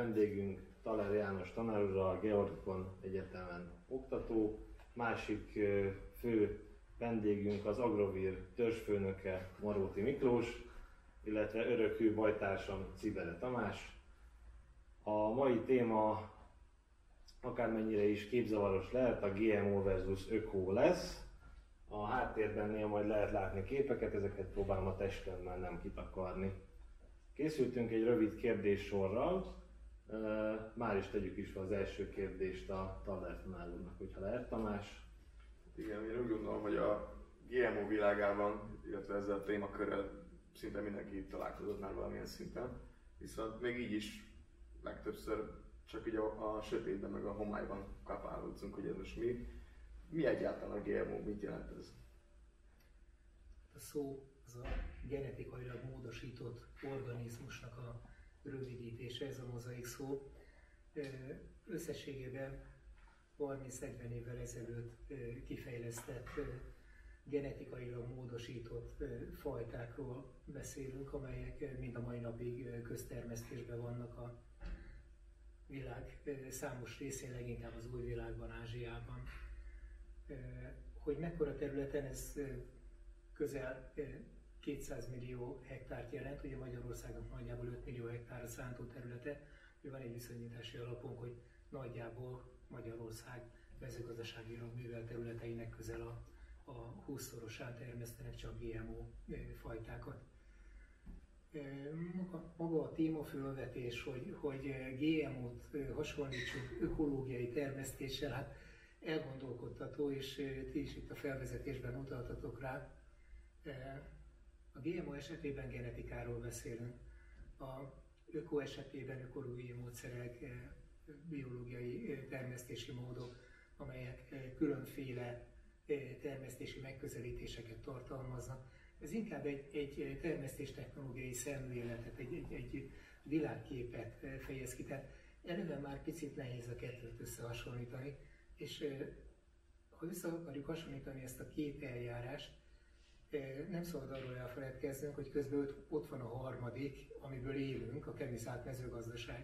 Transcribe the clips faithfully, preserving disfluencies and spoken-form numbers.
vendégünk Thaler János tanár úr, a Georgikon Egyetemen oktató, másik fő vendégünk az Agrovir törzsfőnöke Maróti Miklós, illetve örökhű bajtársam Cibele Tamás. A mai téma akármennyire is képzavaros lehet, a gé em o versus öko lesz. A háttérben néha majd lehet látni képeket, ezeket próbálom a testemmel nem kitakarni. Készültünk egy rövid kérdéssorral, már is tegyük is fel az első kérdést a Thaler tanár úrnak, hogyha lehet, Tamás. Igen, én úgy gondolom, hogy a gé em o világában, illetve ezzel a témakörrel szinte mindenki találkozott már valamilyen szinten, viszont még így is legtöbbször csak így a, a sötétben meg a homályban kapálódzunk, hogy ez most mi. Mi egyáltalán a gé em o, mit jelent ez? A szó az a genetikailag módosított organizmusnak a rövidítése, ez a mozaik szó. Összességében harminc-negyven évvel ezelőtt kifejlesztett genetikailag módosított fajtákról beszélünk, amelyek mind a mai napig köztermesztésben vannak a világ számos részén, leginkább az új világban, Ázsiában. Hogy mekkora területen, ez közel kétszáz millió hektárt jelent, ugye Magyarországnak nagyjából öt millió hektár a szántó területe, van egy viszonyítási alapunk, hogy nagyjából Magyarország mezőgazdaságilag művelt területeinek közel a, a húszszorosán termesztenek csak gé em o fajtákat. Maga, maga a témafölvetés, hogy, hogy gé em o-t hasonlítsuk ökológiai termesztéssel, hát elgondolkodtató, és ti is itt a felvezetésben utaltatok rá. A gé em o esetében genetikáról beszélünk, a öko esetében ökológiai módszerek, biológiai termesztési módok, amelyek különféle termesztési megközelítéseket tartalmaznak. Ez inkább egy, egy termesztéstechnológiai szemléletet, egy, egy, egy világképet fejez ki. Tehát eleve már picit nehéz a kettőt összehasonlítani, és ha össze akarjuk hasonlítani ezt a két eljárást, nem szabad arról elfeledkeznünk, hogy közben ott van a harmadik, amiből élünk, a kemizált mezőgazdaság,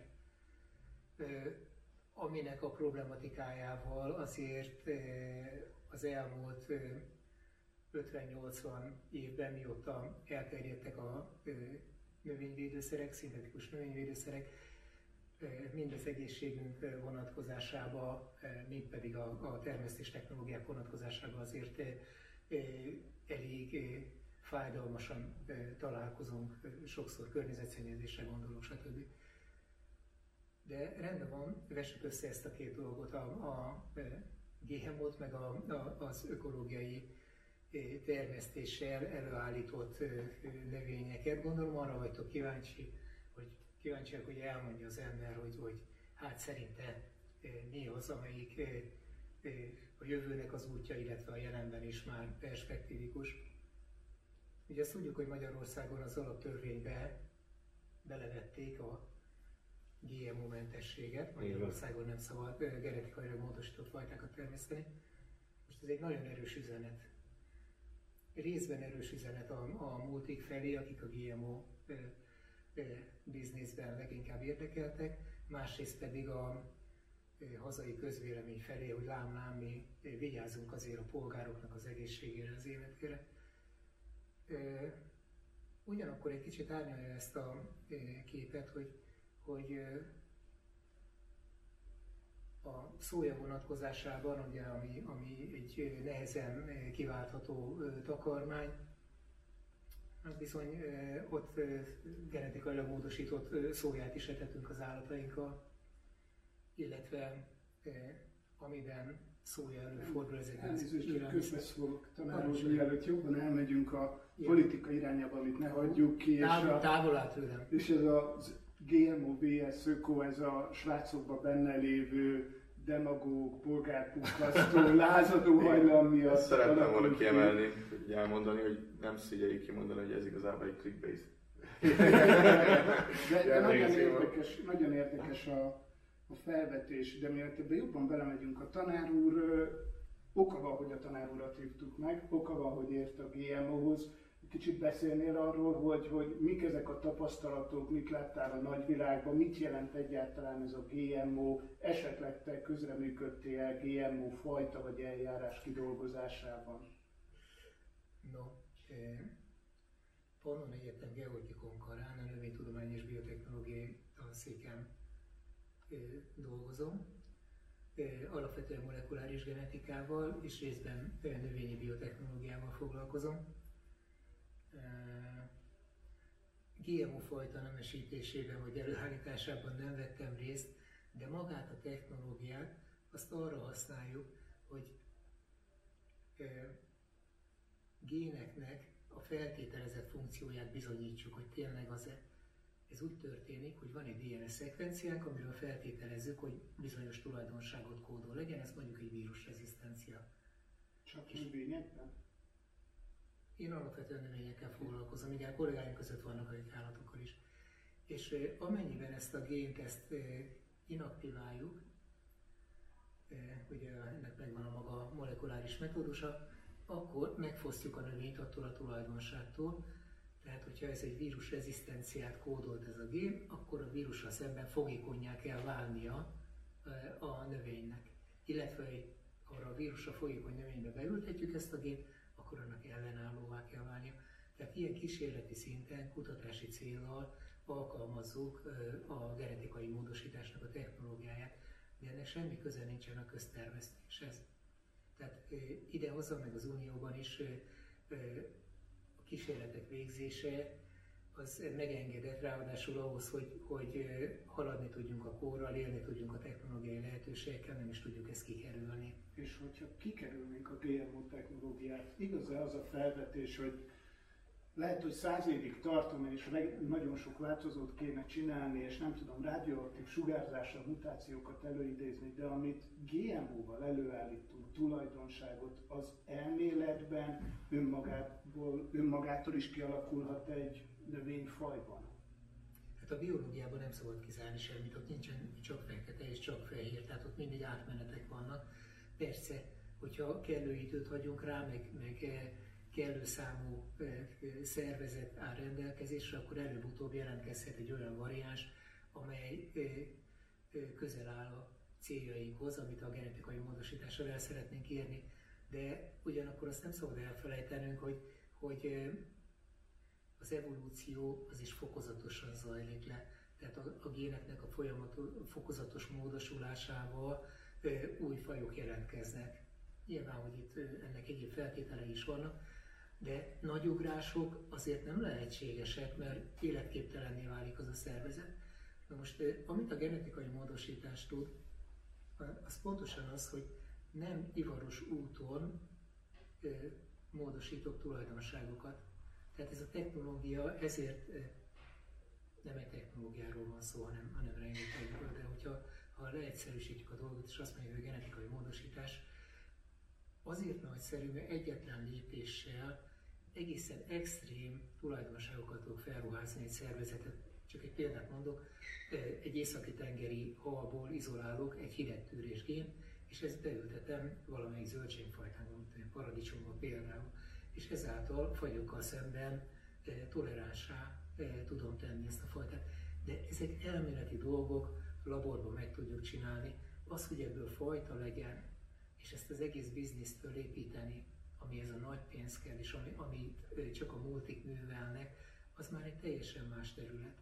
aminek a problematikájával azért az elmúlt ötven-nyolcvan évben, mióta elterjedtek a növényvédőszerek, szintetikus növényvédőszerek, mind az egészségünk vonatkozásában, mind pedig a, a termesztés technológiák vonatkozásában azért elég fájdalmasan találkozunk, sokszor környezetszennyezésre gondolok, stb. De rendben van, vessük össze ezt a két dolgot, a, a gé em o-t meg a, a, az ökológiai termesztéssel előállított növényeket. Gondolom arra vagytok kíváncsi, hogy kíváncsiak, hogy elmondja az ember, hogy, hogy hát szerinte mi az, amelyik a jövőnek az útja, illetve a jelenben is már perspektívikus. Ugye azt tudjuk, hogy Magyarországon az alaptörvénybe belevették a gé em o-mentességet, Magyarországon nem szabad genetikailag módosított fajtákat termeszteni. Most ez egy nagyon erős üzenet. Részben erős üzenet a, a multik felé, akik a gé em o e, e, bizniszben leginkább érdekeltek, másrészt pedig a e, hazai közvélemény felé, hogy lám-lám, mi vigyázzunk azért a polgároknak az egészségére, az életére. E, ugyanakkor egy kicsit árnyalja ezt a e, képet, hogy, hogy a szója vonatkozásában, ugye, ami, ami egy nehezen kiváltható takarmány, hát bizony ott genetikailag módosított szóját is etetünk az állatainkkal, illetve amiben szója előfordul ezeket az élelmiszereket. Közbeszólok, tanár úr, mielőtt jobban elmegyünk a politika irányába, amit ne hagyjuk ki. Távol, távol áll tőlem. És ez az gé em o versus öko, ez a srácokban benne lévő demagóg, polgárpukkasztó, lázadó hajlam miatt. Ezt szeretném volna kiemelni, hogy elmondani, hogy nem szigyeljük kimondani, hogy ez igazából egy clickbait. de, de nagyon, érdekes, nagyon érdekes a, a felvetés, de mielőtt ebben jobban belemegyünk, a tanár úr, oka van, hogy a tanár urat hívtuk meg, oka van, hogy ért a gé em o-hoz. kicsit beszélnél arról, hogy, hogy mik ezek a tapasztalatok, mit láttál a nagyvilágban, mit jelent egyáltalán ez a gé em o, esetleg te közreműködtél gé em o fajta vagy eljárás kidolgozásában? No, eh, Pannon Egyetem Georgikon karán a növénytudomány és biotechnológiai tanszéken eh, dolgozom. Eh, alapvetően molekuláris genetikával és részben eh, növényi biotechnológiával foglalkozom. gé em o fajta nemesítésében vagy előállításában nem vettem részt, de magát a technológiát azt arra használjuk, hogy géneknek a feltételezett funkcióját bizonyítsuk, hogy tényleg az-e. Ez úgy történik, hogy van egy dé en es szekvenciánk, amiről feltételezzük, hogy bizonyos tulajdonságot kódol. Legyen ez mondjuk egy vírusrezisztencia. Csak növényekben? Én alapvetően növényekkel foglalkozom, igen, a kollégáim között vannak, akik állatokkal is. És eh, amennyiben ezt a gént ezt eh, inaktiváljuk, eh, ugye ennek megvan a maga molekuláris metódusa, akkor megfosztjuk a növényt attól a tulajdonságtól. Tehát, hogyha ez egy vírusrezisztenciát kódolt ez a gén, akkor a vírussal szemben fogékonnyá kell válnia eh, a növénynek. Illetve arra a vírusra fogékony növénybe beültetjük ezt a gént, akkor annak ellenállóvá kell válnia. Tehát ilyen kísérleti szinten, kutatási céllal alkalmazzuk a genetikai módosításnak a technológiáját, de ennek semmi köze nincsen a köztermesztéshez. Tehát ide-hozzá meg az Unióban is a kísérletek végzése az megengedett, ráadásul ahhoz, hogy, hogy haladni tudjunk a kórral, élni tudjunk a technológiai lehetőségekkel, nem is tudjuk ezt kikerülni. És hogyha kikerülnénk a gé em o technológiát, igaz-e az a felvetés, hogy lehet, hogy száz évig tartana, és nagyon sok változót kéne csinálni, és nem tudom, radioaktív sugárzással mutációkat előidézni, de amit gé em o-val előállítunk tulajdonságot, az elméletben önmagából, önmagától is kialakulhat egy növényfajban? Hát a biológiában nem szabad kizárni semmit, ott nincsen csak fekete és csak fehér, tehát ott mindig átmenetek vannak. Persze, hogyha kellő időt hagyunk rá, meg, meg kellő számú szervezet áll rendelkezésre, akkor előbb-utóbb jelentkezhet egy olyan variáns, amely közel áll a céljainkhoz, amit a genetikai módosítással el szeretnénk érni. De ugyanakkor azt nem szabad elfelejtenünk, hogy, hogy az evolúció az is fokozatosan zajlik le. Tehát a, a géneknek a folyamatos, fokozatos módosulásával új fajok jelentkeznek. Nyilván, hogy itt ennek egyéb feltételei is vannak, de nagy ugrások azért nem lehetségesek, mert életképtelenné válik az a szervezet. Na most, amit a genetikai módosítás tud, az pontosan az, hogy nem ivaros úton módosítok tulajdonságokat. Tehát ez a technológia, ezért nem egy technológiáról van szó, hanem, hanem rengetegről, de hogyha ha leegyszerűsítjük a dolgot, és azt mondjuk, hogy genetikai módosítás, azért nagyszerű, mert egyetlen lépéssel egészen extrém tulajdonságokat tudok felruházni egy szervezetet. Csak egy példát mondok, egy északi tengeri halból izolálok egy hidegtűrés gént, és ezt beültetem valamelyik zöldségfajtán, mint paradicsomba például, és ezáltal fagyokkal szemben toleránsá tudom tenni ezt a fajtát. De ezek elméleti dolgok, laborban meg tudjuk csinálni. Az, hogy ebből fajta legyen, és ezt az egész bizniszt fölépíteni, ami ez a nagy pénz kell, és ami, amit csak a multik művelnek, az már egy teljesen más terület.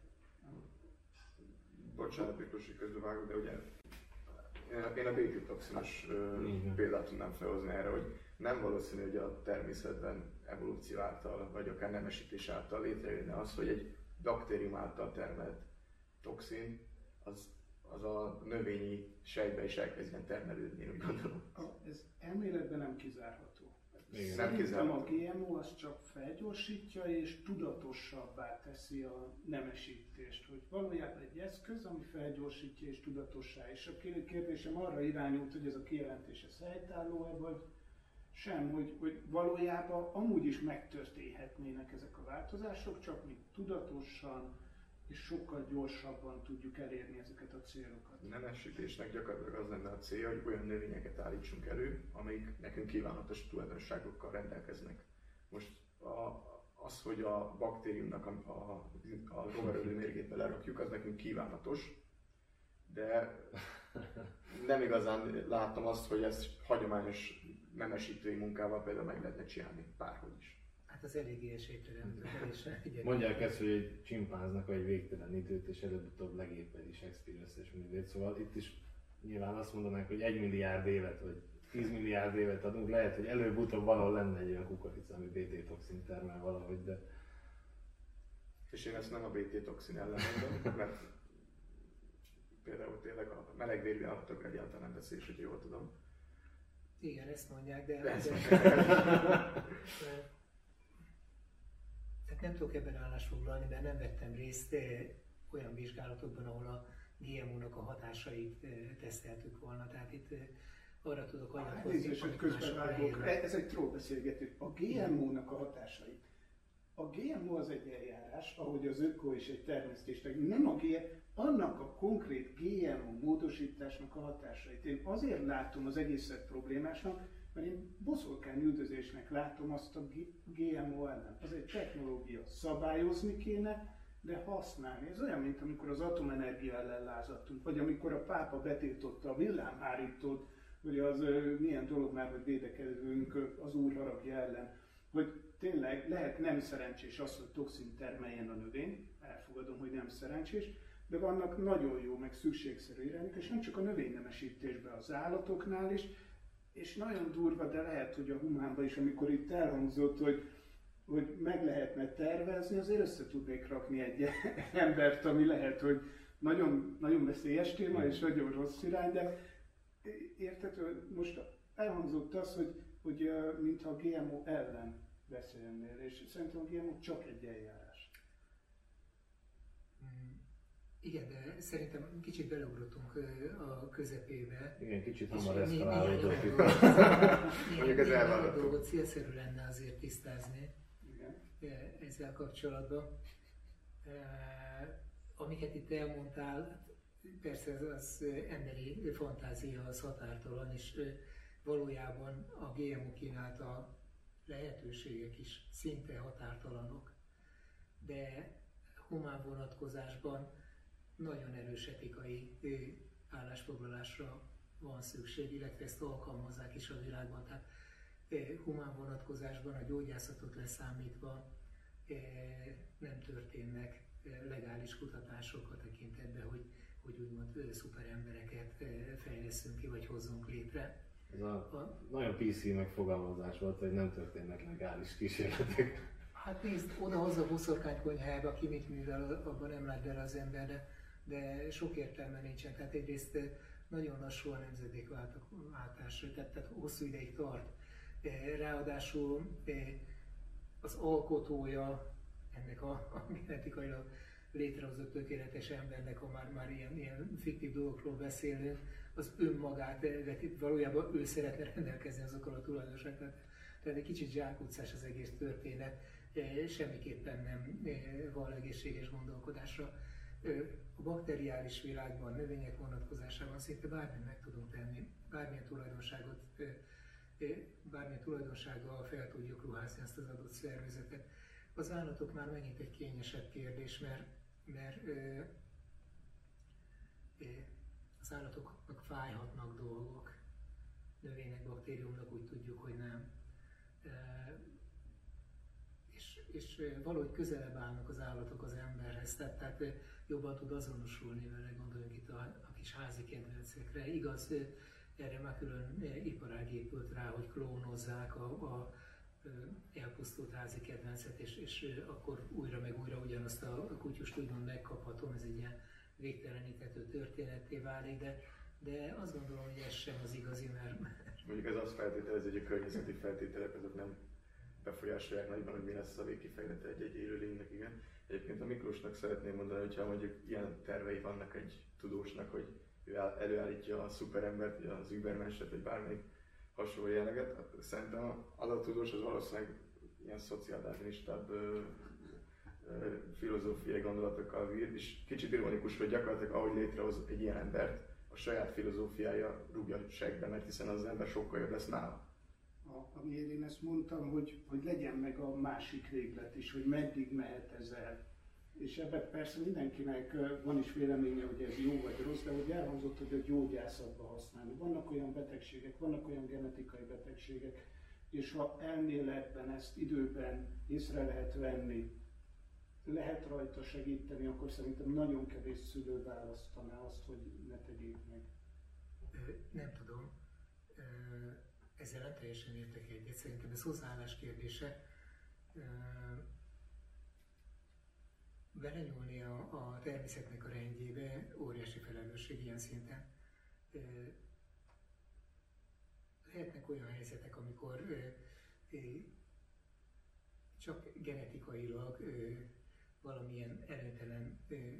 Bocsánat, Miklós, hogy közbevágok, de ugye én a békültoxinos példát tudnám felhozni erre, hogy nem valószínű, hogy a természetben evolúció által, vagy akár nemesítés által létrejönne az, hogy egy baktérium által termelt toxin, az, az a növényi sejtbe is elkezdjen termelődni, úgy gondolom. Ez elméletben nem kizárható. Igen. Szerintem a gé em o az csak felgyorsítja és tudatosabbá teszi a nemesítést, hogy valójában egy eszköz, ami felgyorsítja és tudatossá. És a kérdésem arra irányult, hogy ez a kijelentés ez helytálló-e, vagy sem, hogy, hogy valójában amúgy is megtörténhetnének ezek a változások, csak mi tudatosan és sokkal gyorsabban tudjuk elérni ezeket a célokat. Nemesítésnek gyakorlatilag az lenne a célja, hogy olyan növényeket állítsunk elő, amik nekünk kívánatos tulajdonságokkal rendelkeznek. Most a, az, hogy a baktériumnak a, a, a rovarölő mérgét belerakjuk, az nekünk kívánatos, de nem igazán látom azt, hogy ezt hagyományos nemesítői munkával például meg lehetne csinálni bárhogy is. Hát az eléggé esélytelen. Mondják ezt, hogy egy csimpánznak egy végtelen időt, és előbb-utóbb legéped is expir összes művét. Szóval itt is nyilván azt mondanánk, hogy egy milliárd évet, vagy tíz milliárd évet adunk, lehet, hogy előbb-utóbb valahol lenne egy olyan kukorica, ami bé té-toxin termel valahogy, de... És én ezt nem a bé té-toxin ellen mondom, mert például tényleg a melegvérű állatok egyáltalán nem veszélyes, hogy jól tudom. Igen, ezt mondják, de... de... Tehát nem tudok ebben állásfoglalni, mert nem vettem részt olyan vizsgálatokban, ahol a gé em ó-nak a hatásait teszteltük volna. Tehát itt arra tudok hagyatkozni. Nézzük, hogy közben vágok. Ez egy tróbeszélgető. A gé em ó-nak a hatásait. A gé em ó az egy eljárás, ahogy az öko és egy termesztésnek. Nem a gé em ó, annak a konkrét gé em ó módosításnak a hatásait. Én azért látom az egészet problémásnak, mert én boszorkányüldözésnek látom azt a gé em ó ellen. Az egy technológia, szabályozni kéne, de használni. Ez olyan, mint amikor az atomenergia ellen lázadtunk, vagy amikor a pápa betiltotta a villámhárítót, hogy az milyen dolog már, hogy védekezünk az úr haragja ellen. Hogy tényleg lehet nem szerencsés az, hogy toxin termeljen a növény, elfogadom, hogy nem szerencsés, de vannak nagyon jó, meg szükségszerű irányok, és nem csak a növénynemesítésben, az állatoknál is, és nagyon durva, de lehet, hogy a humánban is, amikor itt elhangzott, hogy, hogy meg lehetne tervezni, azért össze tudnék rakni egy embert, ami lehet, hogy nagyon, nagyon veszélyes téma, és nagyon rossz irány, de érted, most elhangzott az, hogy, hogy mintha a gé em ó ellen beszélnél, és szerintem a gé em ó csak egy eljárás. Igen, de szerintem kicsit beleugrottunk a közepébe. Igen, kicsit hamar eszkalálódott. Mondjuk ez elvárható. dolgot célszerű lenne azért tisztázni. Igen. Ezzel kapcsolatban. Amiket itt elmondtál, persze az, az emberi fantázia az határtalan, és valójában a gé em ó kínálta lehetőségek is szinte határtalanok. De humán vonatkozásban nagyon erős etikai állásfoglalásra van szükség, illetve ezt alkalmazzák is a világban. Tehát humán vonatkozásban, a gyógyászatot leszámítva nem történnek legális kutatások a tekintetben, hogy, hogy úgymond szuperembereket fejleszünk ki, vagy hozzunk létre. Ez a, a nagyon pé cé megfogalmazás volt, hogy nem történnek legális kísérletek. Hát nézd, oda-haza boszorkánykonyhába, aki mit művel, abban nem lát bele az ember, de, de sok értelme nincsen. Tehát egyrészt nagyon lassú a nemzedékváltás, tehát, tehát hosszú ideig tart. Ráadásul az alkotója ennek a, a genetikailag létrehozott tökéletes embernek, ha már, már ilyen, ilyen fiktív dolgokról beszélünk, az önmagát, de valójában ő szeretne rendelkezni azokkal a tulajdonságokkal. Tehát egy kicsit zsákutcás az egész történet, semmiképpen nem van egészséges gondolkodásra. A bakteriális világban, növények vonatkozásában szinte bármit meg tudunk tenni, bármilyen tulajdonságot, bármilyen tulajdonsággal fel tudjuk ruházni ezt az adott szervezetet. Az állatok már megint egy kényesebb kérdés, mert, mert az állatoknak fájhatnak dolgok, növénynek, baktériumnak úgy tudjuk, hogy nem. És, és valahogy közelebb állnak az állatok az emberhez, tehát, tehát jobban tud azonosulni vele, gondoljunk itt a, a kis házi kedvencekre. Igaz, erre már külön iparág épült rá, hogy klónozzák a, a elpusztult házi kedvencet, és, és akkor újra meg újra ugyanazt a kutyust úgymond megkaphatom, ez egy ilyen végteleníthető történetté válik, de, de azt gondolom, hogy ez sem az igazi, mert... Mondjuk ez azt feltételez, hogy a környezeti feltételek azok nem befolyásolják nagyban, hogy mi lesz a végkifejlete egy-egy élőlénynek, igen. Egyébként a Miklósnak szeretném mondani, hogyha mondjuk ilyen tervei vannak egy tudósnak, hogy ő előállítja a szuperembert, vagy az übermenset, vagy bármelyik hasonló jelleget, hát szerintem az a tudós az valószínűleg ilyen szociáldarwinistább filozófiai gondolatokkal bír, és kicsit ironikus, hogy gyakorlatilag ahogy létrehoz egy ilyen embert, a saját filozófiája rúgja segbe, mert hiszen az ember sokkal jobb lesz nála. a, amiért én ezt mondtam, hogy, hogy legyen meg a másik véglet is, hogy meddig mehet ez el. És ebben persze mindenkinek van is véleménye, hogy ez jó vagy rossz, de hogy elhangzott, hogy a gyógyászatban használni. Vannak olyan betegségek, vannak olyan genetikai betegségek, és ha elméletben ezt időben észre lehet venni, lehet rajta segíteni, akkor szerintem nagyon kevés szülő választaná azt, hogy ne tegyék meg. Nem tudom. Ezzel nem teljesen értek egyet. Szerintem ez hozzáállás kérdése. Belenyúlni a, a természetnek a rendjébe óriási felelősség ilyen szinten. Lehetnek olyan helyzetek, amikor csak genetikailag valamilyen előnytelen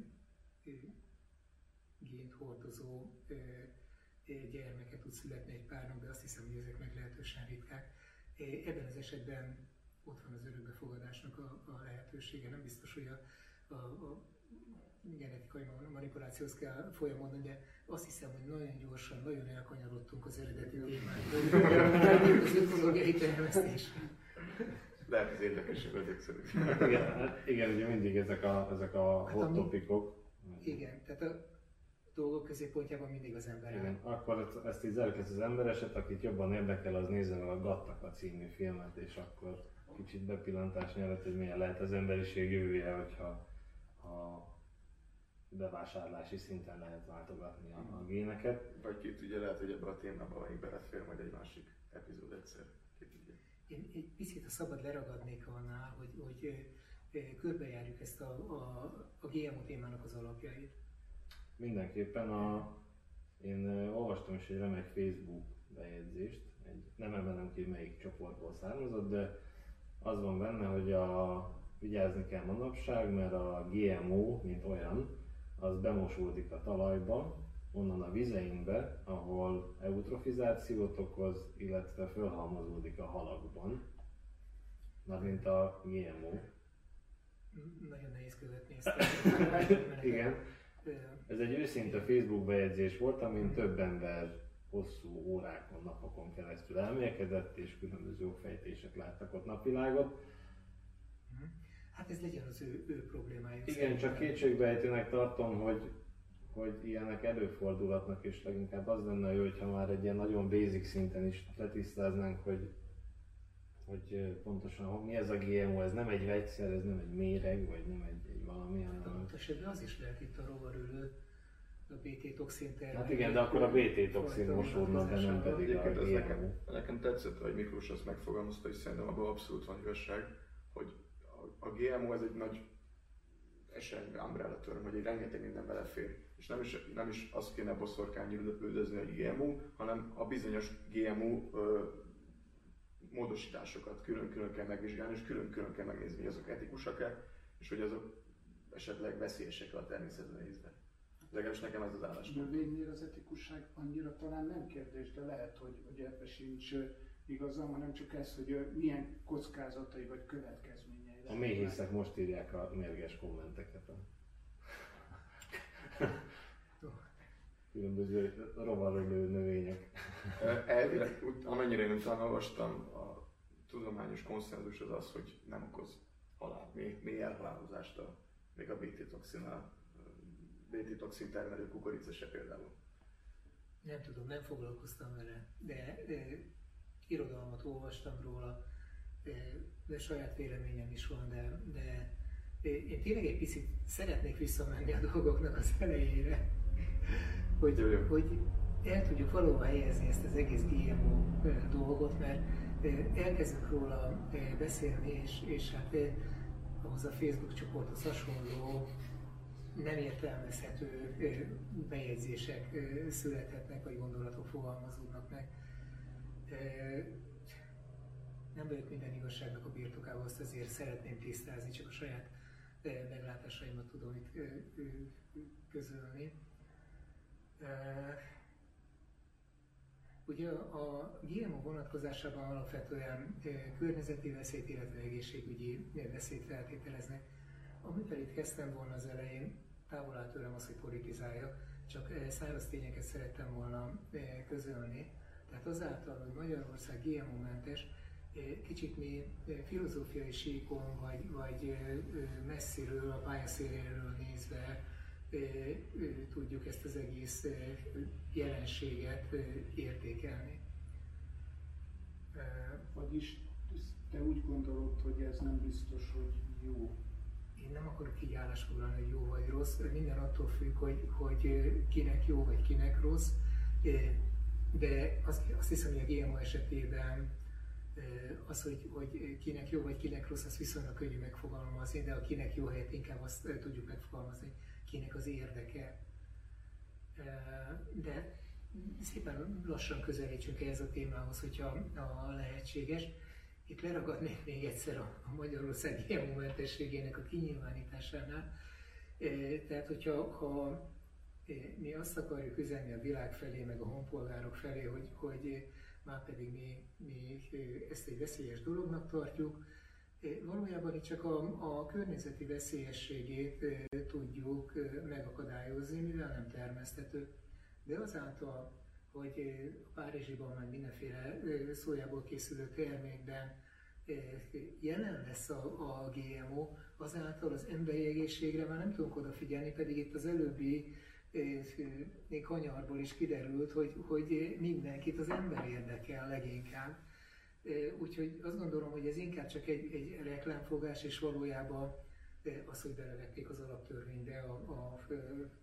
gént hordozó gyermeket tud születni egy párnak, de azt hiszem, hogy ezek meglehetősen ritkák. Ebben az esetben ott van az örökbefogadásnak a, a lehetősége. Nem biztos, hogy a, a, a genetikai manipulációhoz kell folyamodni, de azt hiszem, hogy nagyon gyorsan, nagyon elkanyarodtunk az eredeti témáról. Az ökológiai termesztés. Lehet, az érdekesebb ezek szerint. Igen, hát igen, ugye mindig ezek a, ezek a Hát hot ami- topicok. Igen, tehát a dolgok középpontjában mindig az ember áll. Igen, akkor ezt így zárjuk, ezt az embereset, akit jobban érdekel, az nézze meg a Gattaca című filmet, és akkor kicsit bepillantás nyert, hogy milyen lehet az emberiség jövője, hogyha ha bevásárlási szinten lehet váltogatni a, a géneket. Vagy ki tudja, lehet, hogy ebben a témában még belefér majd egy másik epizód egyszer. Ki tudja. Én egy picit a szabad leragadnék annál, hogy, hogy eh, körbejárjuk ezt a, a, a gé em o témának az alapjait. Mindenképpen a, én ö, olvastam is egy remek Facebook bejegyzést, egy, nem emelem ki, melyik csoportból származott, de az van benne, hogy a, vigyázni kell manapság, mert a gé em o, mint olyan, az bemosódik a talajba, onnan a vizeinkbe, ahol eutrofizációt okoz, illetve fölhalmozódik a halakban, mármint a gé em o. Nagyon nehéz követni ezt a Igen. Ö, Ez egy őszinte Facebook bejegyzés volt, amin több ember hosszú órákon, napokon keresztül elmélkedett, és különböző okfejtések láttak ott napvilágot. Hát ez legyen az ő, ő problémája. Igen, csak kétségbejtőnek tartom, hogy, hogy ilyenek előfordulhatnak, és leginkább az lenne jó, hogyha már egy ilyen nagyon basic szinten is letisztáznánk, hogy, hogy pontosan mi ez a gé em o, ez nem egy vegyszer, ez nem egy méreg, vagy nem egy, egy valami, Hát hanem... adott esetben az is lehet itt a rovarülő, a bé té-toxin termelő. Hát igen, de akkor a bé té-toxin mosódna, de nem pedig a Egyébként ez gé em o. nekem, nekem tetszett, hogy Miklós azt megfogalmazta, és szerintem abban abszolút van igazság, hogy a, a gé em o ez egy nagy esély umbrella term, hogy egy rengeteg minden belefér. És nem is, nem is azt kéne boszorkányi üldözni, hogy gé em o, hanem a bizonyos gé em o ö, módosításokat külön-külön kell megvizsgálni, és külön-külön kell megnézni, hogy azok etikusak-e, és hogy azok esetleg veszélyesek a természetre nézve. Legalábbis nekem ez az álláspont. Növénynél az etikusság annyira talán nem kérdés, de lehet, hogy, hogy ebben sincs ö, igazam, hanem csak ez, hogy ö, milyen kockázatai vagy következményei. A méhészek most írják a mérges kommenteket. Különböző rovarölő növények. Elvileg, úgy, amennyire én utána olvastam, a tudományos konszenzus az az, hogy nem okoz halál, mély, mély elhalálozást a, még a bé té-toxinnál, bé té-toxin termelő kukorica se például. Nem tudom, nem foglalkoztam vele, de e, irodalmat olvastam róla, e, de saját véleményem is van, de, de e, én tényleg egy picit szeretnék visszamenni a dolgoknak az elejére, hogy, Jó, jó. hogy el tudjuk valóban helyezni ezt az egész gé em o e, dolgot, mert e, elkezdünk róla e, beszélni, és, és hát e, ahhoz a Facebook csoporthoz hasonló nem értelmezhető ö, bejegyzések ö, születhetnek, vagy gondolatok fogalmazódnak meg. Ö, Nem vagyok minden igazságnak a birtokában, azt azért szeretném tisztázni, csak a saját ö, meglátásaimat tudom itt ö, ö, közölni. Ö, Ugye a gé em o vonatkozásában alapvetően ö, környezeti veszélyt, illetve egészségügyi veszélyt feltételeznek. Amivel itt kezdtem volna az elején, távol áll tőlem az, hogy politizáljak, csak száraz tényeket szerettem volna közölni. Tehát azáltal, hogy Magyarország gé em o-mentes, kicsit mi filozófiai síkon, vagy, vagy messziről, a pályaszéléről nézve tudjuk ezt az egész jelenséget értékelni. Vagyis te úgy gondolod, hogy ez nem biztos, hogy jó? Én nem akarok így állásfoglalni, hogy jó vagy rossz, minden attól függ, hogy, hogy kinek jó vagy kinek rossz, de azt, azt hiszem, hogy a gé em o esetében az, hogy, hogy kinek jó vagy kinek rossz, az viszonylag könnyű megfogalmazni, de a kinek jó helyett inkább azt tudjuk megfogalmazni, kinek az érdeke. De szépen lassan közelítsünk ehhez a témához, hogyha a lehetséges. Itt leragadnék még egyszer a, a Magyarország gé em o-mentességének a kinyilvánításánál. Tehát, hogyha ha mi azt akarjuk üzenni a világ felé, meg a honpolgárok felé, hogy, hogy már pedig mi, mi ezt egy veszélyes dolognak tartjuk, valójában itt csak a, a környezeti veszélyességét tudjuk megakadályozni, mivel nem termeszthető. De azáltal, hogy a Párizsiban, meg mindenféle szójából készülő termékben jelen lesz a, a gé em o, azáltal az emberi egészségre már nem tudunk odafigyelni, pedig itt az előbbi még kanyarból is kiderült, hogy, hogy mindenkit az ember érdekel leginkább. Úgyhogy azt gondolom, hogy ez inkább csak egy, egy reklámfogás, és valójában az, hogy belevették az alaptörvénybe a, a, a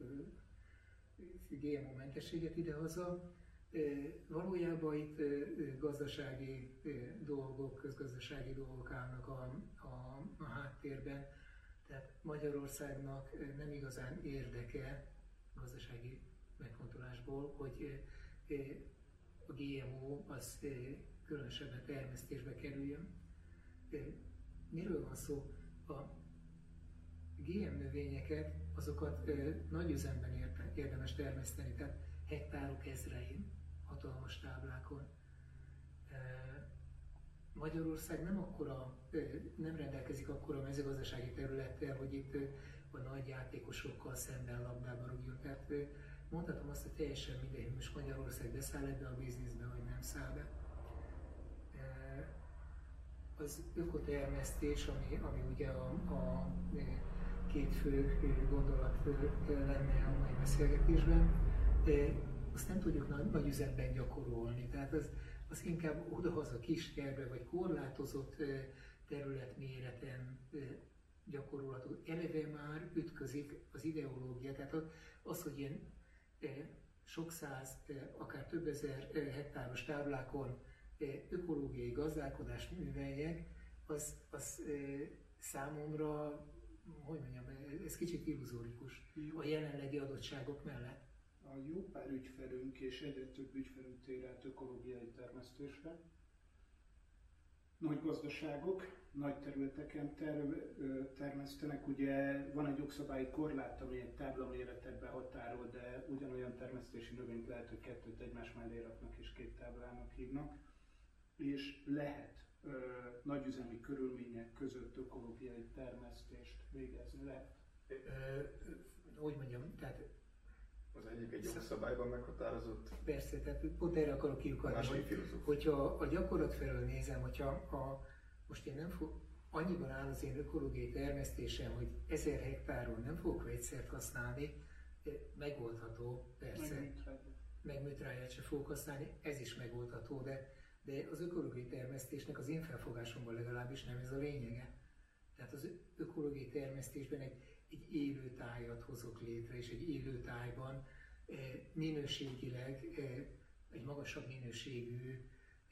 gé em o-mentességet idehaza. Valójában itt gazdasági dolgok, közgazdasági dolgok állnak a, a, a háttérben, tehát Magyarországnak nem igazán érdeke gazdasági megfontolásból, hogy a gé em o az különösebben termesztésbe kerüljön. Miről van szó? A gé em növényeket, azokat nagy üzemben érdemes termeszteni, tehát hektárok ezrein, hatalmas táblákon. Magyarország nem, akkora, nem rendelkezik akkora mezőgazdasági területtel, hogy itt a nagy játékosokkal szemben labdába rúgjon. Tehát mondhatom azt, hogy teljesen mindegy, most Magyarország beszáll ebbe a bizniszbe, vagy nem száll be. Az ökotermesztés, ami, ami ugye a, a két fő gondolat lenne a mai beszélgetésben, azt nem tudjuk nagy, nagy üzemben gyakorolni. Tehát az, az inkább odahaza kiskerbe, vagy korlátozott területméreten gyakorolható. Eleve már ütközik az ideológia, tehát az, hogy ilyen sok száz, akár több ezer hektáros táblákon ökológiai gazdálkodást műveljek, az, az számomra, hogy mondjam, ez kicsit illuzórikus a jelenlegi adottságok mellett. A jó pár ügyfelünk és egyre több ügyfelünk tér át ökológiai termesztésre. Nagy gazdaságok, nagy területeken ter- termesztenek, ugye van egy jogszabályi korlát, ami egy táblaméretet behatárol, de ugyanolyan termesztési növényt lehet, hogy kettőt egymás mellé raknak és két táblának hívnak, és lehet ö, nagyüzemi körülmények között ökológiai termesztést végezni, lehet. Ö, hogy mondjam, tehát az egyik egy jogszabályban meghatározott. Persze, tehát pont erre akarok kiukadni, hogy, hogyha a gyakorlat felől nézem, hogyha a, most én nem fog, annyiban áll az én ökológiai termesztésem, hogy ezer hektáron nem fogok vegyszert használni, megoldható, persze. Meg műtrágyát sem fogok használni, ez is megoldható, de, de az ökológiai termesztésnek az én felfogásomban legalábbis nem ez a lényege. Tehát az ökológiai termesztésben egy egy élő tájat hozok létre, és egy élő tájban minőségileg egy magasabb minőségű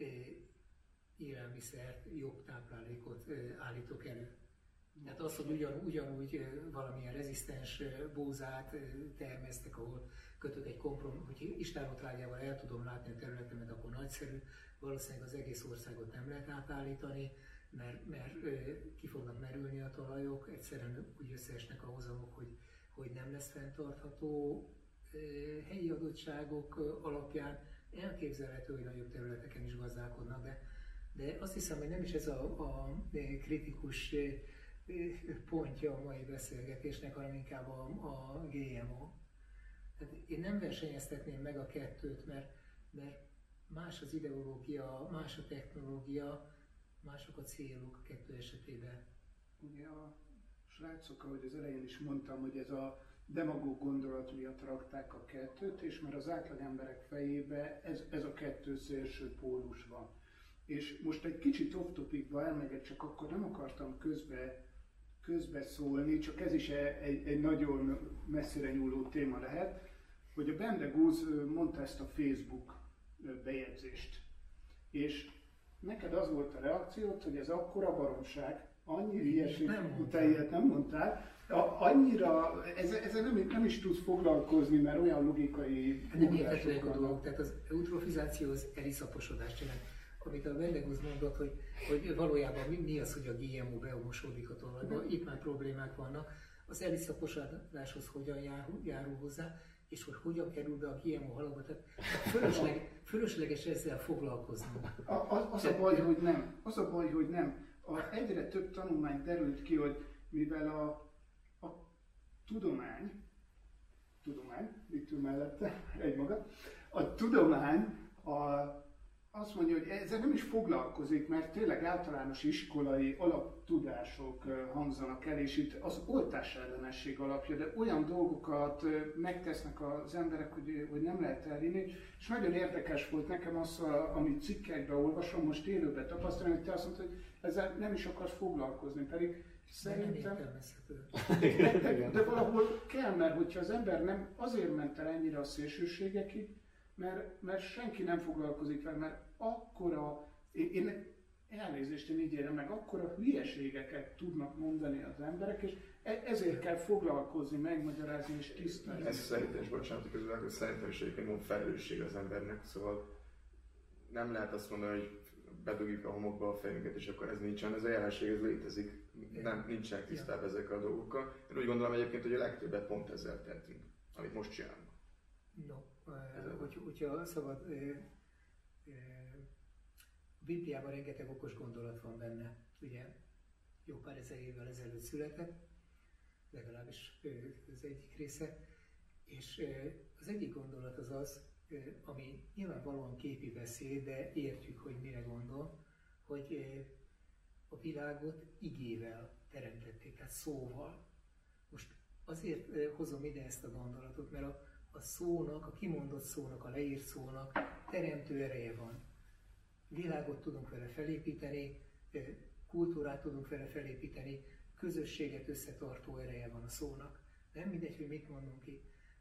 élelmiszert, jobb táplálékot állítok elő. Tehát az, hogy ugyan, ugyanúgy valamilyen rezisztens bózát termesztek, ahol kötök egy kompromisszum, hogy istállótrágyával el tudom látni a területemet, akkor nagyszerű, valószínűleg az egész országot nem lehet átállítani, mert, mert ki fognak merülni a talajok, egyszerűen úgy összeesnek a hozamok, hogy, hogy nem lesz fenntartható. Helyi adottságok alapján elképzelhető, hogy nagyobb területeken is gazdálkodnak, de, de azt hiszem, hogy nem is ez a, a kritikus pontja a mai beszélgetésnek, hanem inkább a, a gé em o. Tehát én nem versenyeztetném meg a kettőt, mert, mert más az ideológia, más a technológia, mások a célok a kettő esetében. Ugye a srácok, ahogy az elején is mondtam, hogy ez a demagóg gondolat miatt rakták a kettőt, és mert az átlag emberek fejébe ez, ez a kettő szélső pólus van. És most egy kicsit off-topicba elmegyek, csak akkor nem akartam közbe, közbe szólni, csak ez is egy, egy nagyon messzire nyúló téma lehet, hogy a Bendegúz mondta ezt a Facebook bejegyzést. És neked az volt a reakciót, hogy ez akkora baromság, annyi ilyesmi, te ilyet nem mondtál, a, annyira, ezzel nem, nem is tudsz foglalkozni, mert olyan logikai nem értetlenek a dolgok, tehát az eutrofizáció az eliszaposodás jelent. Amit a Bendegúz mondott, hogy, hogy valójában mi, mi az, hogy a gé em o beomosódik a talajba, itt már problémák vannak, az eliszaposodáshoz hogyan járul, járul hozzá, és hogy hogyan kerül be a gé em o halakba, tehát fölösleg, fölösleges ezzel foglalkozni. A, az, az a baj, hogy nem. Az a baj, hogy nem. A, egyre több tanulmány derült ki, hogy mivel a, a tudomány, tudomány, itt ül mellette, egymaga, a tudomány a, azt mondja, hogy ezzel nem is foglalkozik, mert tényleg általános iskolai alaptudások hangzanak el, és itt az oltás ellenesség alapja, de olyan dolgokat megtesznek az emberek, hogy, hogy nem lehet elhinni. És nagyon érdekes volt nekem az, amit cikkekben olvasom, most élőben tapasztalni, hogy te azt mondtad, hogy ezzel nem is akarsz foglalkozni, pedig szerintem... De, de, de valahol kell, mert hogyha az ember nem azért ment el ennyire a szélsőségekig, mert, mert senki nem foglalkozik vele, mert akkora, én, én elnézést, én így érem meg, akkora hülyeségeket tudnak mondani az emberek, és ezért kell foglalkozni, megmagyarázni és tisztázni. Ez szerintem, és bocsánat, közben, hogy szerintem is egyébként van felelősség az embernek, szóval nem lehet azt mondani, hogy bedugjuk a homokba a fejünket, és akkor ez nincsen, ez a jelenség, ez létezik, nem, nincsenek tisztában ezekkel a dolgokkal. Én úgy gondolom egyébként, hogy a legtöbbet pont ezzel tettünk, amit most csinálunk. No, hogy, hogyha szabad, a Bibliában rengeteg okos gondolat van benne, ugye jó pár ezer évvel ezelőtt született, legalábbis az egyik része, és az egyik gondolat az az, ami nyilvánvalóan képi beszéd, de értjük, hogy mire gondol, hogy a világot igével teremtették, tehát szóval. Most azért hozom ide ezt a gondolatot, mert a, a szónak, a kimondott szónak, a leírt szónak teremtő ereje van. Világot tudunk vele felépíteni, kultúrát tudunk vele felépíteni, közösséget összetartó ereje van a szónak. Nem mindegy, hogy mit mondunk ki.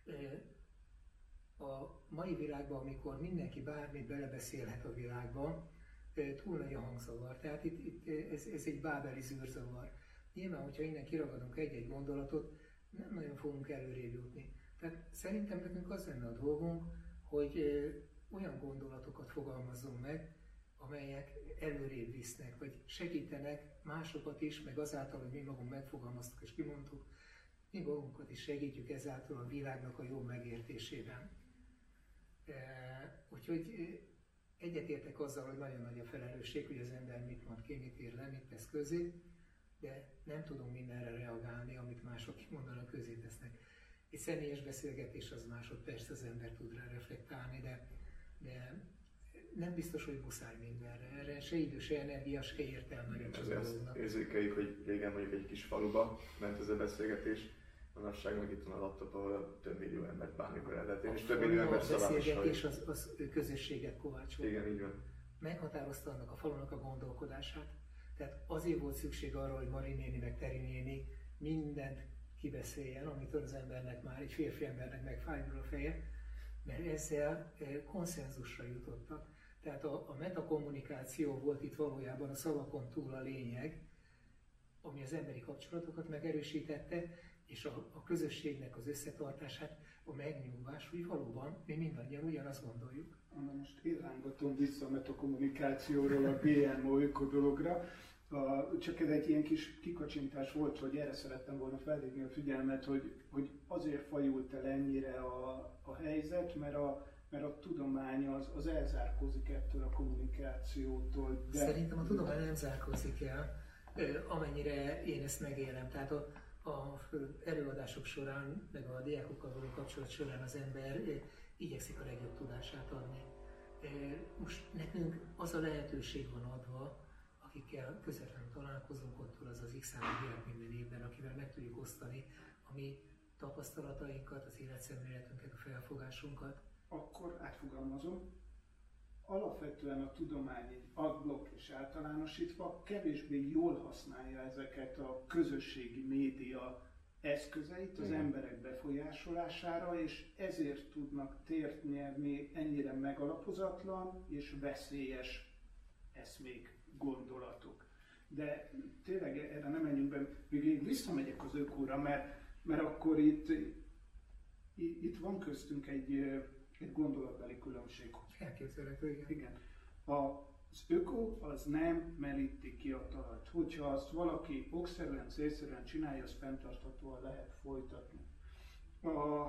A mai világban, amikor mindenki bármit belebeszélhet a világban, túl nagy a hangzavar. Tehát itt, itt ez, ez egy bábeli zűrzavar. Nyilván, hogyha innen kiragadunk egy-egy gondolatot, nem nagyon fogunk előrébb jutni. Tehát szerintem nekünk az lenne a dolgunk, hogy olyan gondolatokat fogalmazzunk meg, amelyek előrébb visznek, vagy segítenek másokat is, meg azáltal, hogy mi magunk megfogalmaztuk és kimondtuk, mi magunkat is segítjük ezáltal a világnak a jó megértésében. Úgyhogy egyetértek azzal, hogy nagyon nagy a felelősség, hogy az ember mit mond ki, mit ír le, mit tesz közé, de nem tudunk mindenre reagálni, amit mások mondanak, közé tesznek. Egy személyes beszélgetés az másodperc, az ember tud rá reflektálni, de, de nem biztos, hogy muszáj mindenre. Erre se idő, se energia, se értelme. Ezért érzékeljük, hogy régen mondjuk egy kis faluba ment ez a beszélgetés, manapság meg itt van a laptop, ahol több millió embert bármikor elhetén, és több millió ember szavát is halljuk. Az, az közösséget kovácsol. Igen, így van. Meghatározta annak a falunak a gondolkodását. Tehát azért volt szükség arra, hogy Mari néni meg Teri néni mindent kibeszéljen, amitől az embernek már, egy férfi embernek megfájdul a feje, mert ezzel konszenzusra jutottak. Tehát a, a metakommunikáció volt itt valójában a szavakon túl a lényeg, ami az emberi kapcsolatokat megerősítette, és a, a közösségnek az összetartását, a megnyugvás, hogy valóban mi mindannyian ugyanazt gondoljuk. Na most én rángatom vissza a metakommunikációról a bé em o ökodologra. A, csak ez egy ilyen kis kikacsintás volt, hogy erre szerettem volna felhívni a figyelmet, hogy, hogy azért fajult el ennyire a, a helyzet, mert a, mert a tudomány az, az elzárkózik ettől a kommunikációtól. De... Szerintem a tudomány nem zárkózik el, amennyire én ezt megélem. Tehát a, a előadások során, meg a diákokkal való kapcsolat során az ember igyekszik a legjobb tudását adni. Most nekünk az a lehetőség van adva, akikkel közvetlenül találkozunk, ott az az x számú diák minden évben, akivel meg tudjuk osztani a mi tapasztalatainkat, az életszemléletünket, a felfogásunkat. Akkor átfogalmazom. Alapvetően a tudomány adblock és általánosítva kevésbé jól használja ezeket a közösségi média eszközeit az emberek befolyásolására, és ezért tudnak tért nyerni ennyire megalapozatlan és veszélyes eszmék, gondolatok. De tényleg erre nem menjünk be, még én visszamegyek az ökóra, mert, mert akkor itt, itt van köztünk egy, egy gondolatbeli különbség. Elképzelhető, igen. Igen. Az öko az nem meríti ki a talajt. Hogyha azt valaki okszerűen, célszerűen csinálja, azt fenntarthatóan lehet folytatni. A,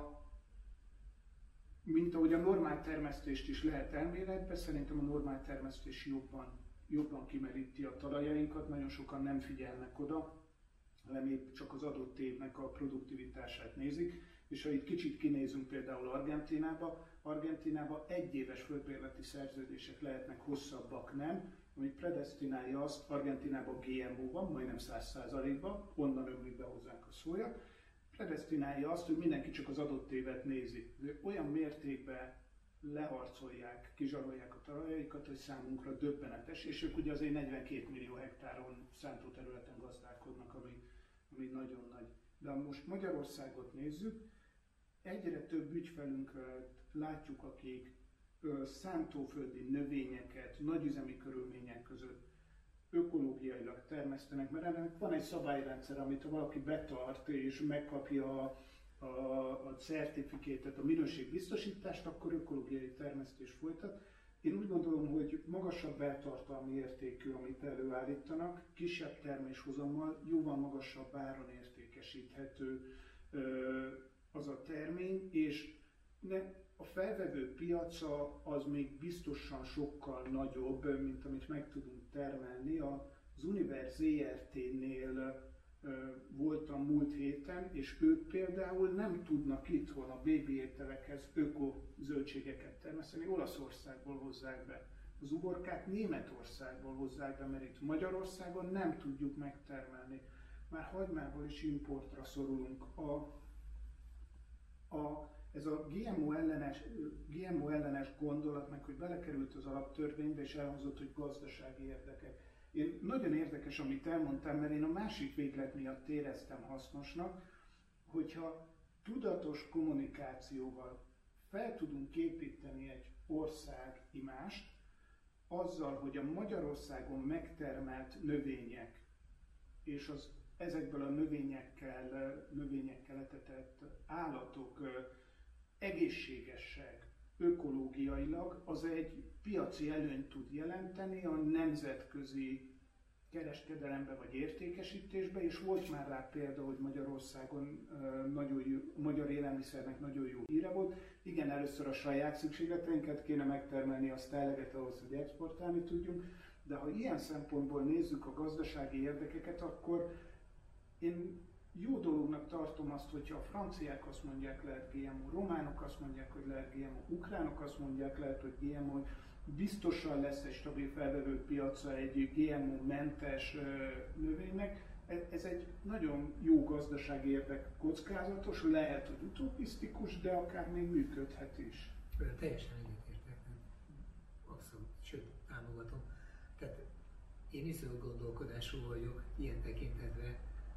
mint ahogy a normál termesztést is lehet elméletbe, szerintem a normál termesztés jobban, jobban kimeríti a talajainkat, nagyon sokan nem figyelnek oda, hanem épp csak az adott évnek a produktivitását nézik. És ha itt kicsit kinézünk például Argentínába, Argentínába egyéves földbérleti szerződések lehetnek, hosszabbak nem, ami predesztinálja azt, Argentinában gé em o van, majdnem száz százalékban, onnan ömlik be hozzánk a szója, predesztinálja azt, hogy mindenki csak az adott évet nézi. De olyan mértékben leharcolják, kizsarolják a talajaikat, hogy számunkra döbbenetes, és ők ugye azért negyvenkét millió hektáron szántóterületen gazdálkodnak, ami, ami nagyon nagy. De ha most Magyarországot nézzük, egyre több ügyfelünket látjuk, akik ö, szántóföldi növényeket nagyüzemi körülmények között ökológiailag termesztenek, mert ennek van egy szabályrendszer, amit ha valaki betart és megkapja a, a, a certifikétet, a minőségbiztosítást, akkor ökológiai termesztés folytat. Én úgy gondolom, hogy magasabb beltartalmi értékű, amit előállítanak, kisebb terméshozammal, jóval magasabb áron értékesíthető ö, az a termény, és ne, a felvevő piaca az még biztosan sokkal nagyobb, mint amit meg tudunk termelni. Az Univer zé er té-nél voltam múlt héten, és ők például nem tudnak itthon a bébi ételekhez öko zöldségeket termeszteni, Olaszországból hozzák be. Az uborkát Németországból hozzák be, mert itt Magyarországon nem tudjuk megtermelni. Már hagymából is importra szorulunk. A, a, ez a gé em o ellenes, gé em o ellenes gondolat, meg hogy belekerült az alaptörvénybe, és elhozott, hogy gazdasági érdekek. Én nagyon érdekes, amit elmondtam, mert én a másik véglet miatt éreztem hasznosnak, hogyha tudatos kommunikációval fel tudunk építeni egy ország imást, azzal, hogy a Magyarországon megtermelt növények és az ezekből a növényekkel, növényekkel etetett állatok egészségesek, ökológiailag, az egy piaci előnyt tud jelenteni a nemzetközi kereskedelembe vagy értékesítésbe, és volt már rá példa, hogy Magyarországon nagyon jó, a magyar élelmiszernek nagyon jó híre volt. Igen, először a saját szükségleteinket kéne megtermelni, azt eleget ahhoz, hogy exportálni tudjunk, de ha ilyen szempontból nézzük a gazdasági érdekeket, akkor én jó dolognak tartom azt, hogyha a franciák azt mondják, lehet gé em o, románok azt mondják, hogy lehet gé em o, ukránok azt mondják, lehet, hogy gé em o, biztosan lesz egy stabil felvevő piaca egy gé em o-mentes növénynek. Ez egy nagyon jó gazdasági érdek, kockázatos, lehet, hogy utopisztikus, de akár még működhet is. Teljesen egyetértek, abszolút, sőt, támogatom. Tehát én is zöld gondolkodású vagyok ilyen tekintetben.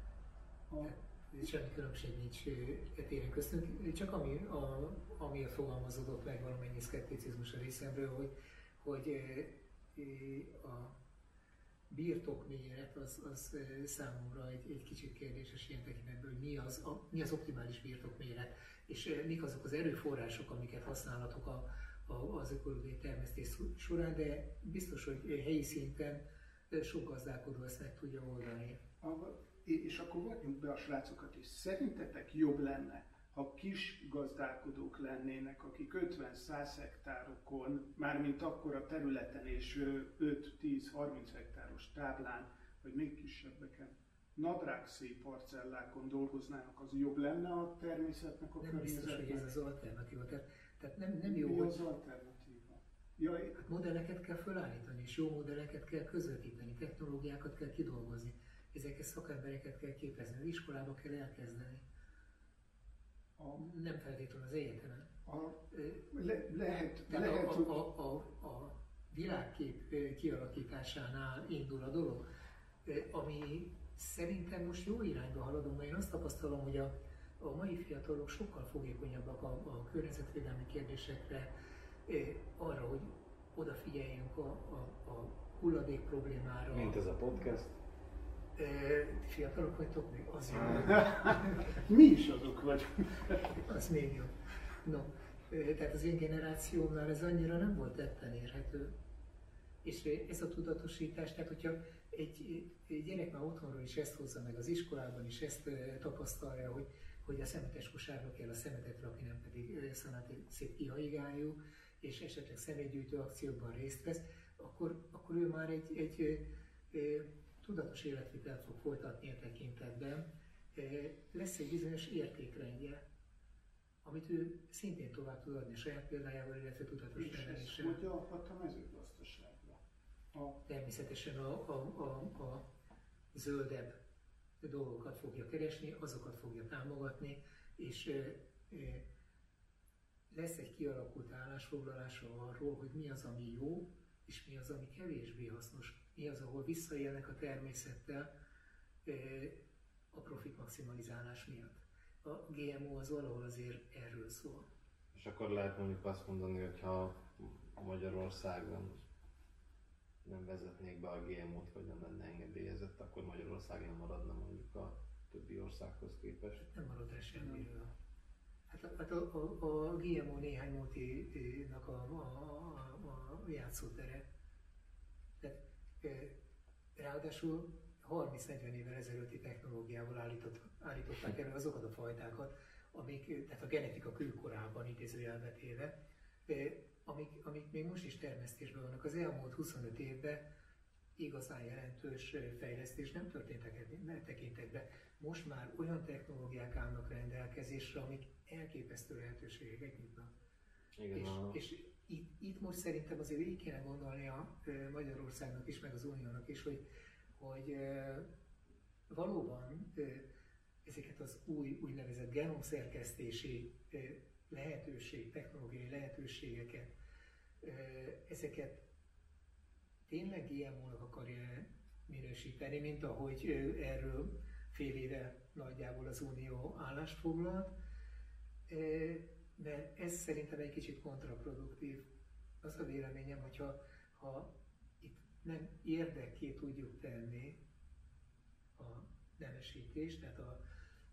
Semmi különbség nincs etéren köztünk, csak ami, a, ami fogalmazódott meg valamennyi szkepticizmus a részemről, hogy, hogy a birtokméret az, az számomra egy, egy kicsit kérdéses ilyen tekintetben, hogy mi az, a, mi az optimális birtokméret, és mik azok az erőforrások, amiket használhatok a, a, az ökológiai termesztés során, de biztos, hogy helyi szinten sok gazdálkodó ezt meg tudja oldani. És akkor vagyunk be a srácokat is. Szerintetek jobb lenne, ha kis gazdálkodók lennének, akik ötven-száz hektárokon, mármint akkor a területen és öt-tíz-harminc hektáros táblán, vagy még kisebbeken, nadrágszép parcellákon dolgoznának, az jobb lenne a természetnek, a nem környezetnek? Nem biztos, hogy ez az alternatíva. Tehát, tehát nem, nem jó, Mi hogy... az alternatíva? Ja, Hát modelleket kell felállítani, és jó modelleket kell közvetíteni, technológiákat kell kidolgozni. Ezeket szakembereket kell képezni, az iskolába kell elkezdeni. a, Nem feltétlenül az egyetemen. a, le, lehet, Tehát lehet, a, hogy... a, a, a világkép kialakításánál indul a dolog, ami szerintem most jó irányba haladunk, mert én azt tapasztalom, hogy a, a mai fiatalok sokkal fogékonyabbak a, a környezetvédelmi kérdésekre, arra, hogy odafigyeljünk a, a, a hulladék problémára. Mint ez a podcast. Fiatalok vagytok még? Az jó. Mi is azok vagyunk. Az még jó. No, tehát az én generációmnál ez annyira nem volt tetten érhető. És ez a tudatosítás, tehát hogyha egy, egy gyerek már otthonról is ezt hozza meg, az iskolában is ezt tapasztalja, hogy, hogy a szemetes kosárba kell a szemetet rakni, nem pedig szanát szép kihaigályú, és esetleg szemétgyűjtő akciókban részt vesz, akkor, akkor ő már egy, egy, egy tudatos életvitelt fog folytatni a tekintetben. Lesz egy bizonyos értékrendje, amit ő szintén tovább tud adni a saját példájával, illetve tudatos neveléssel. És ez hogy alkat a mezőgazdaságra? A... Természetesen a, a, a, a zöldebb dolgokat fogja keresni, azokat fogja támogatni, és e, e, lesz egy kialakult állásfoglalása arról, hogy mi az, ami jó, és mi az, ami kevésbé hasznos, mi az, ahol visszaélnek a természettel e, a profit maximalizálás miatt. A gé em o az valahol azért erről szól. És akkor lehet mondjuk azt mondani, hogy ha Magyarországon nem vezetnék be a gé em o-t, vagy nem lenne engedélyezett, akkor Magyarország nem maradna mondjuk a többi országhoz képest. Nem marad el semmiről. Hát a, hát a, a, a gé em o néhány multinak a, a, a, a játszótere. Tehát, ráadásul harminc-negyven évvel ezelőtti technológiával állított, állították elő azokat a fajtákat, amik, tehát a genetika kőkorában idézőjelbe téve, amik, amik még most is termesztésben vannak. Az elmúlt huszonöt évben igazán jelentős fejlesztés nem történt e tekintetben. Most már olyan technológiák állnak rendelkezésre, amik elképesztő lehetőségeket nyitnak. Igen, és, a... és itt, itt most szerintem azért így kéne gondolni a Magyarországnak is, meg az Uniónak is, hogy, hogy valóban ezeket az új úgynevezett genomszerkesztési lehetőség, technológiai lehetőségeket, ezeket tényleg gé em o-nak akarja minősíteni, mint ahogy erről fél éve nagyjából az Unió állást foglalt, mert ez szerintem egy kicsit kontraproduktív. Az a véleményem, hogyha ha itt nem érdekké tudjuk tenni a nemesítést, tehát a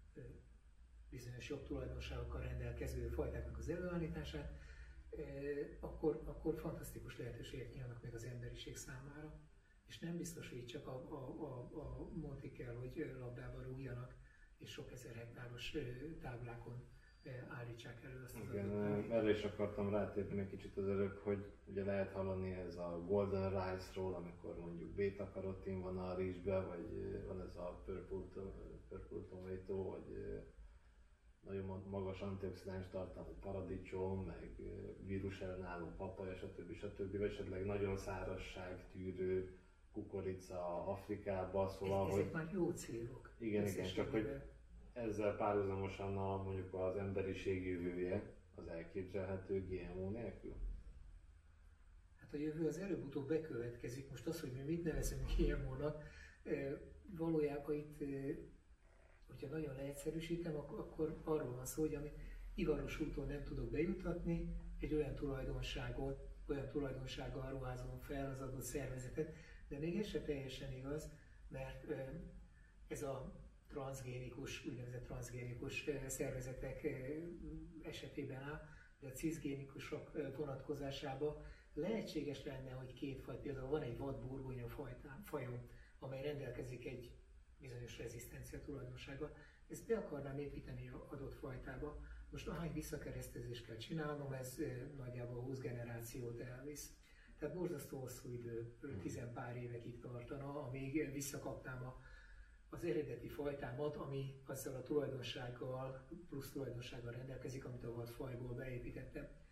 bizonyos jobb tulajdonságokkal rendelkező fajtáknak az előállítását, akkor, akkor fantasztikus lehetőségek nyílnak meg az emberiség számára. És nem biztos, hogy itt csak a, a, a, a montik kell, hogy labdába rúgjanak, és sok ezer hektáros táblákon állítsák elő azt az Igen, erre is akartam rátérni egy kicsit az előbb, hogy ugye lehet hallani ez a golden rice-ról, amikor mondjuk beta-karotin van a rizsbe, vagy van ez a purple, purple tomato, vagy nagyon magas antioxidáns tartalmú paradicsom, meg vírus ellenálló papaja, stb. stb. Vagy esetleg nagyon szárazságtűrő kukorica Afrikába, szóval, ezek hogy... már jó célok. Igen, igen, csak hogy ezzel párhuzamosan a, mondjuk az emberiség jövője az elképzelhető gé em o nélkül? Hát a jövő az előbb-utóbb bekövetkezik. Most az, hogy mi mit nevezünk gé em o-nak, valójában itt, hogyha nagyon leegyszerűsítem, akkor arról van szó, hogy ami ivaros úton nem tudok bejutatni, egy olyan tulajdonságot, olyan tulajdonsággal ruházom fel az adott szervezetet, de még ez se teljesen igaz, mert ez a transzgénikus, úgynevezett transzgénikus szervezetek esetében áll, de a cisgénikusok vonatkozásában lehetséges lenne, hogy két faj, például van egy vadburgonya fajom, amely rendelkezik egy bizonyos rezisztencia tulajdonsággal, ezt be akarnám építeni adott fajtába. Most ahány visszakeresztezést kell csinálnom, ez nagyjából húsz generációt elvisz. Tehát borzasztó hosszú idő, tizenpár évekig tartana, amíg visszakapnám a, az eredeti fajtámat, ami azzal a tulajdonsággal, plusz tulajdonsággal rendelkezik, amit a vadfajból beépítettem.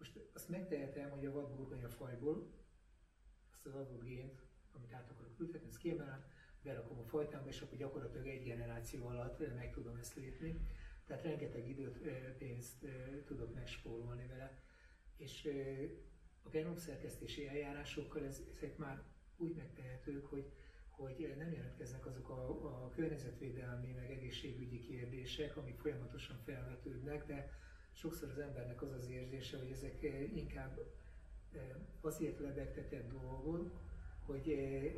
Most azt megtehetem, hogy a vadburgonya fajból, azt az adott gént, amit át akarok ültetni, ezt kiemelem, berakom a fajtámba, és akkor gyakorlatilag egy generáció alatt meg tudom ezt lépni. Tehát rengeteg időt, pénzt tudok megspórolni vele. És a genomszerkesztési eljárásokkal ez, ezek már úgy megtehetők, hogy, hogy nem jelentkeznek azok a, a környezetvédelmi, meg egészségügyi kérdések, amik folyamatosan felvetődnek, de sokszor az embernek az az érzése, hogy ezek inkább azért lebegtetett dolgok, hogy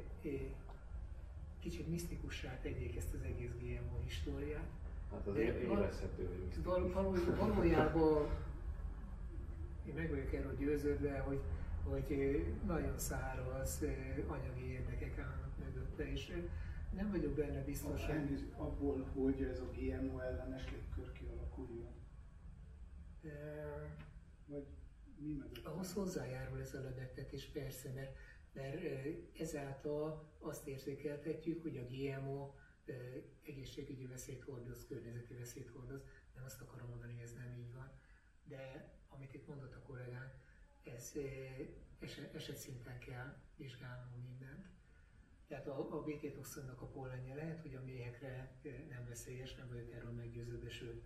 kicsit misztikussá tegyék ezt az egész gé em o históriát. Hát azért érezhető, hogy misztikus. Val- valójában én meg vagyok erről győződve, hogy, hogy nagyon száraz anyagi érdekek állnak mögötte, és nem vagyok benne biztos, hogy... Abból, hogy ez a gé em o ellenes légkör kialakuljon. E... Vagy mi mögött? Ahhoz hozzájárul ez a lebegtetés, persze, mert, mert ezáltal azt érzékeltetjük, hogy a gé em o egészségügyi veszélyt hordoz, környezeti veszélyt hordoz. Nem azt akarom mondani, hogy ez nem így van. De amit itt mondott a kollégánk, ez eset, esetszinten kell vizsgálnunk mindent. Tehát a, a bé té-toxinnak a pollenje lehet, hogy a méhekre nem veszélyes, nem vagyok erről meggyőződve, sőt.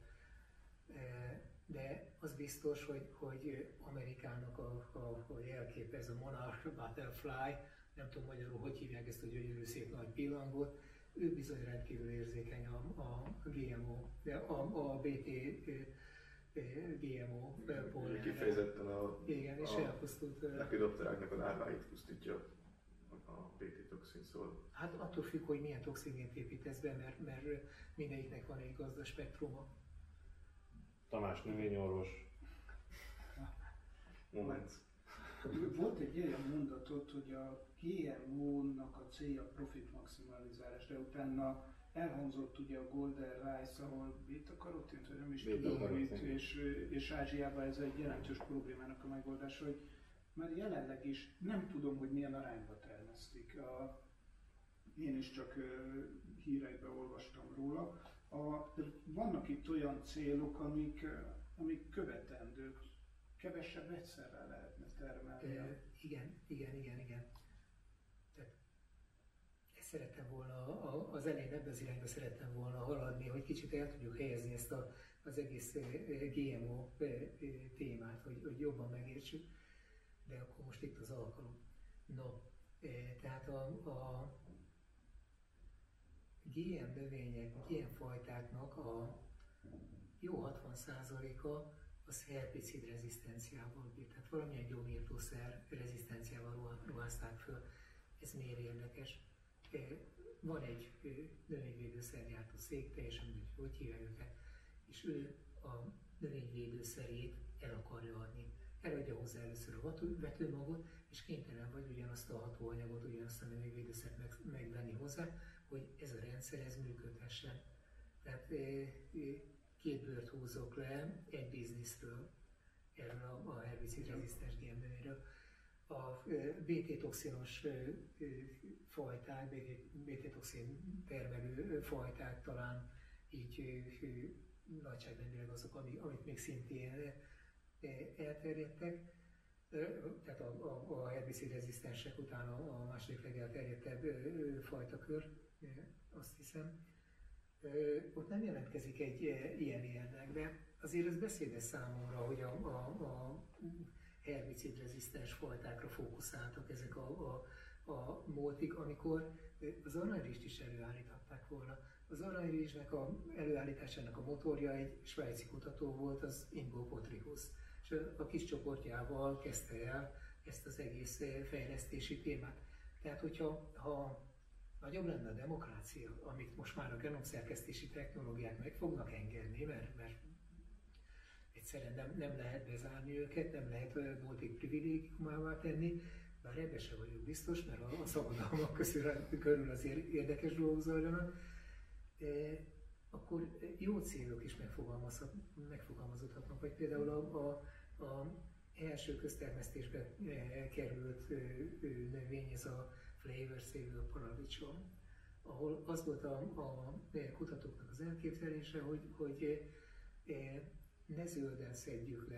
De az biztos, hogy, hogy Amerikának a, a, a jelképe, ez a Monarch Butterfly, nem tudom magyarul, hogy hívják ezt a gyönyörű szép nagy pillangót, ő bizony rendkívül érzékeny a, a gé em o, a, a bé té gé em o pollenre. Kifejezetten a, igen, és a lepidopteráknak a lárváit pusztítja a bé té-toxin, szóval. Hát attól függ, hogy milyen toxingént építesz be, mert, mert mindegyiknek van egy gazda spektruma. Tamás növényorvos. Moment. Volt egy ilyen mondatot, hogy a gé em o-nak a célja profit maximalizálás, de utána elhangzott ugye a Golden Rice, ahol beta-karotint, vagy nem is tudom, mit, és, és Ázsiában ez egy jelentős problémának a megoldása, hogy már jelenleg is nem tudom, hogy milyen arányba termesztik. A, én is csak uh, hírekben olvastam róla. A, de vannak itt olyan célok, amik, uh, amik követendők. Kevesebb egyszerre lehetne termelni. E, igen, igen, igen, igen. Tehát ezt szerettem volna, az elején ebben az irányba szerettem volna haladni, hogy kicsit el tudjuk helyezni ezt a, az egész gé em o témát, hogy, hogy jobban megértsük, de akkor most itt az alkalom. No, tehát a, a gé em növények, gé em fajtáknak a jó hatvan százaléka az herbicid rezisztenciával bír, tehát valamilyen gyomírtószer rezisztenciával ruházták föl. Ez miért érdekes? Van egy növényvédőszergyártó cég, teljesen mindegy, hogy hívják őket, és ő a növényvédőszerét el akarja adni. Eladja hozzá először a vetőmagot, és kénytelen vagy ugyanazt a hatóanyagot, ugyanazt a növényvédőszert meg, megvenni hozzá, hogy ez a rendszer ez működhessen. Tehát két bőrt húzok le egy bizniszről, erről a, a herbicid-rezisztens gé em növényről. A bé té-toxinos fajták, bé té-toxin termelő fajták talán így nagyságrendileg azok, amik még szintén elterjedtek. Tehát a, a, a herbicid-rezisztensek után a, a második legelterjedtebb fajtakör, azt hiszem. Ott nem jelentkezik egy ilyen érdek, de azért ez beszédes számomra, hogy a, a, a herbicid-rezisztens fajtákra fókuszáltak ezek a, a, a multik, amikor az aranyrizst is előállították volna. Az aranyrizsnek a előállításának a motorja egy svájci kutató volt, az Ingo Potricus, és a kis csoportjával kezdte el ezt az egész fejlesztési témát. Tehát, hogyha ha nagyobb lenne a demokrácia, amit most már a genomszerkesztési technológiák meg fognak engedni, mert, mert egyszerűen nem, nem lehet bezárni őket, nem lehet multik privilégiumává tenni, bár ebben sem vagyok biztos, mert a, a szabadalmak közül, körül azért érdekes dolgok zajlanak, e, akkor jó célok is megfogalmazódhatnak, vagy például a, a, a első köztermesztésbe került növény, ez a Flavor Saver paradicsom, ahol az volt a, a kutatóknak az elképzelése, hogy, hogy ne zölden szedjük le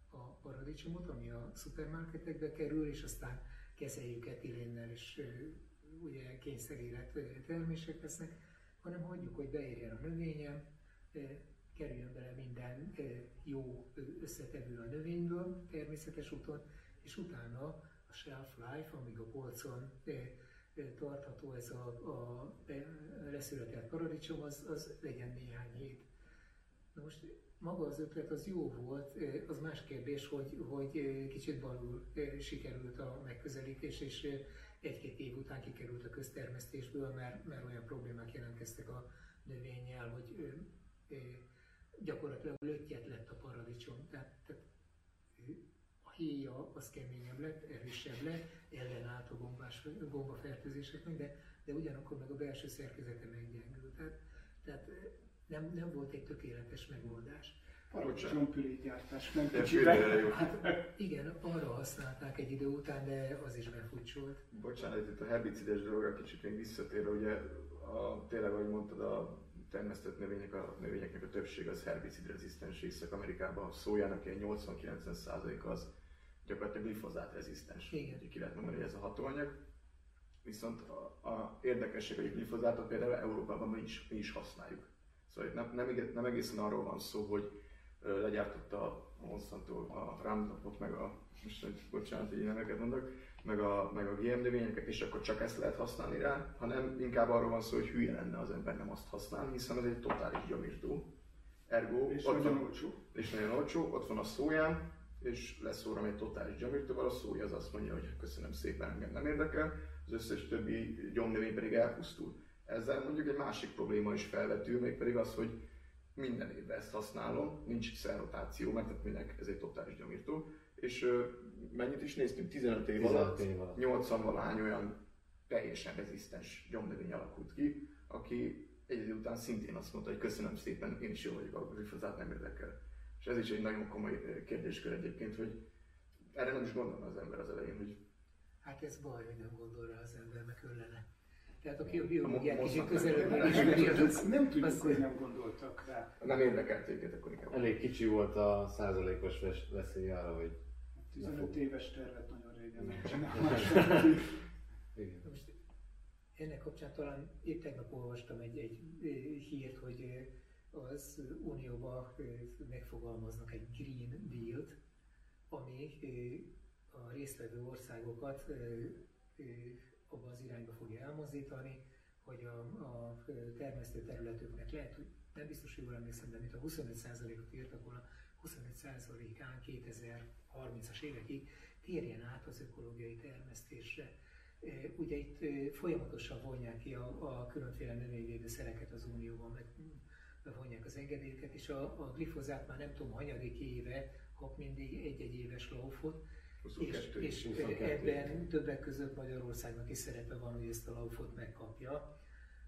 a paradicsomot, ami a szupermarketekbe kerül, és aztán kezeljük etilénnel, és ugye kényszerélet termések lesznek, hanem hagyjuk, hogy beérjen a növényem, kerüljön bele minden jó összetevő a növényből természetes úton, és utána a shelf life, amíg a polcon tartható ez a, a leszületett paradicsom, az, az legyen néhány hét. Na most maga az ötlet az jó volt, az más kérdés, hogy, hogy kicsit balul sikerült a megközelítés, és egy-két év után kikerült a köztermesztésből, mert, mert olyan problémák jelentkeztek a növényel, hogy gyakorlatilag löttyet lett a paradicsom. Tehát, tehát a héja az keményebb lett, erősebb lett, ellenállt a gombás, gombafertőzéseknek, de, de ugyanakkor meg a belső szerkezete meggyengült. Tehát, tehát nem, nem volt egy tökéletes megoldás. Paradicsompürégyártás nem kicsibe. Hát igen, arra használták egy idő után, de az is befutcsolt. Bocsánat, itt a herbicides dologra kicsit még visszatérve, ugye a, tényleg, ahogy mondtad, a termesztett növények, a növényeknek a többsége az herbicid-rezisztens. Észak-Amerikában a szójának ilyen nyolcvan-kilencven százaléka az gyakorlatilag glifozát rezisztens. Igen. Ki lehet mondani, hogy ez a hatóanyag. Viszont a, a érdekesség, hogy a glifozátot például Európában mi is, mi is használjuk. Szóval nem, nem, nem egészen arról van szó, hogy ö, legyártotta a Monsanto a Roundupot, meg a, most bocsánat, így neveket mondok, meg a, meg a gé em növényeket, és akkor csak ezt lehet használni rá, hanem inkább arról van szó, hogy hülye lenne az ember nem azt használni, hiszen ez egy totális gyamirtó. Ergo, és ott nagyon van, olcsó. És nagyon olcsó, ott van a szóján, és leszórom egy totális gyamirtóval, a szója az azt mondja, hogy köszönöm szépen, engem nem érdekel, az összes többi gyomnövény pedig elpusztul. Ezzel mondjuk egy másik probléma is felvetül, mégpedig az, hogy minden évben ezt használom, nincs szerrotáció, mert minek ez egy totális gyamirtó. És uh, mennyit is néztünk, tizenöt év alatt nyolcvan valány olyan teljesen rezisztens gyomnövény alakult ki, aki egy idő után szintén azt mondta, hogy köszönöm szépen, én is jó vagyok, a glifozát nem érdekel. És ez is egy nagyon komoly kérdéskör egyébként, hogy erre nem is gondolna az ember az elején, hogy... Hát ez baj, hogy nem gondol rá az ember, meg öllene. Tehát aki a biológiát kicsit Mo- közelebb nem- megismeri, Nem, az... nem tudjuk, az- hogy nem gondoltak rá. Nem érdekelt őket, akkor inkább. Elég kicsi volt a százalékos ves- veszély arra, hogy tizenöt éves tervet nagyon régen nem Igen. csinálták. igen. Most ennek kapcsán talán épp tegnap olvastam egy, egy hírt, hogy az Unióban megfogalmaznak egy Green Deal-t, ami a résztvevő országokat abba az irányba fogja elmozdítani, hogy a, a termesztő területüknek lehet, hogy nem biztos, hogy jól emlékszem, de mint a huszonöt százalékot írtak volna, huszonöt százalékán kétezer-harmincas évekig térjen át az ökológiai termesztésre. Ugye itt folyamatosan vonják ki a, a különféle növényvédőszereket az Unióban, meg bevonják az engedélyeket, és a, a glifozát már nem tudom, hanyadik éve kap mindig egy-egy éves laufot, és, és huszonkettő. ebben többek között Magyarországnak is szerepe van, hogy ezt a laufot megkapja,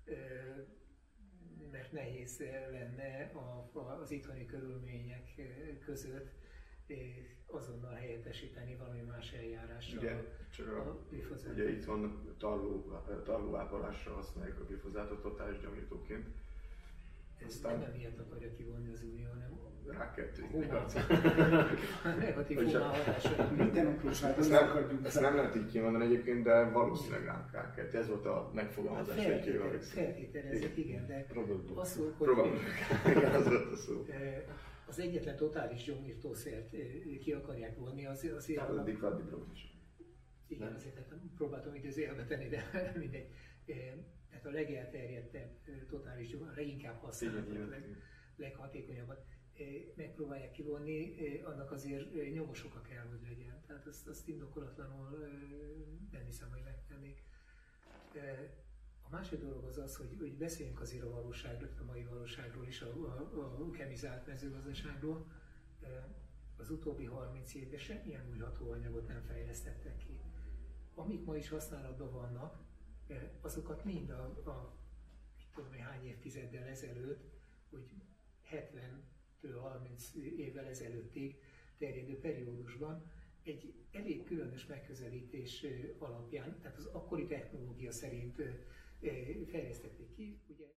mert nehéz lenne a, az itthoni körülmények között azonnal helyettesíteni valami más eljárással. Ugye, csak a, a glifozátot. ugye itt van tarló, tarlóápolásra használjuk a glifozátot totális gyamirtóként. Ez Aztán- nem emiatt akarja kivonni az Unió, hanem Rákettődik. humán, negatív Hogy csak- humán hatása. Minden apróság, Ezt az nem, akadjunk ezt nem lehet így kimondani egyébként, de valószínűleg ránk rákett. Ez volt a megfogalmazás, hogy Feltétel- kívül. Feltételezik, igen, de Produktum. az volt, hogy Próbálunk. Igen, az volt a szó. eh, az egyetlen totális gyomírtószert eh, ki akarják vonni, az, azért Az annak- dikvadibrót is. igen, Nem? azért hát próbáltam idézőjelbe tenni, de mindegy. Eh, Tehát a legelterjedtebb eh, totális gyom, a leginkább használat, Igen, a igen. leg, leghatékonyabbat eh, megpróbálják kivonni, eh, annak azért eh, nyomos oka kell, hogy legyen. Tehát azt, azt indokolatlanul eh, nem hiszem, hogy megtennék. Eh, A másik dolog az az, hogy, hogy beszéljünk azért a valóságról, a mai valóságról is, a, a, a kemizált mezőgazdaságról. Eh, Az utóbbi harminc évben semmilyen új hatóanyagot nem fejlesztettek ki. Amik ma is használatban vannak, eh, azokat mind a, a mit tudom én, hány évtizeddel ezelőtt, hogy hetventől harminc évvel ezelőttig terjedő periódusban egy elég különös megközelítés eh, alapján, tehát az akkori technológia szerint eh, eh, fejlesztették ki. Ugye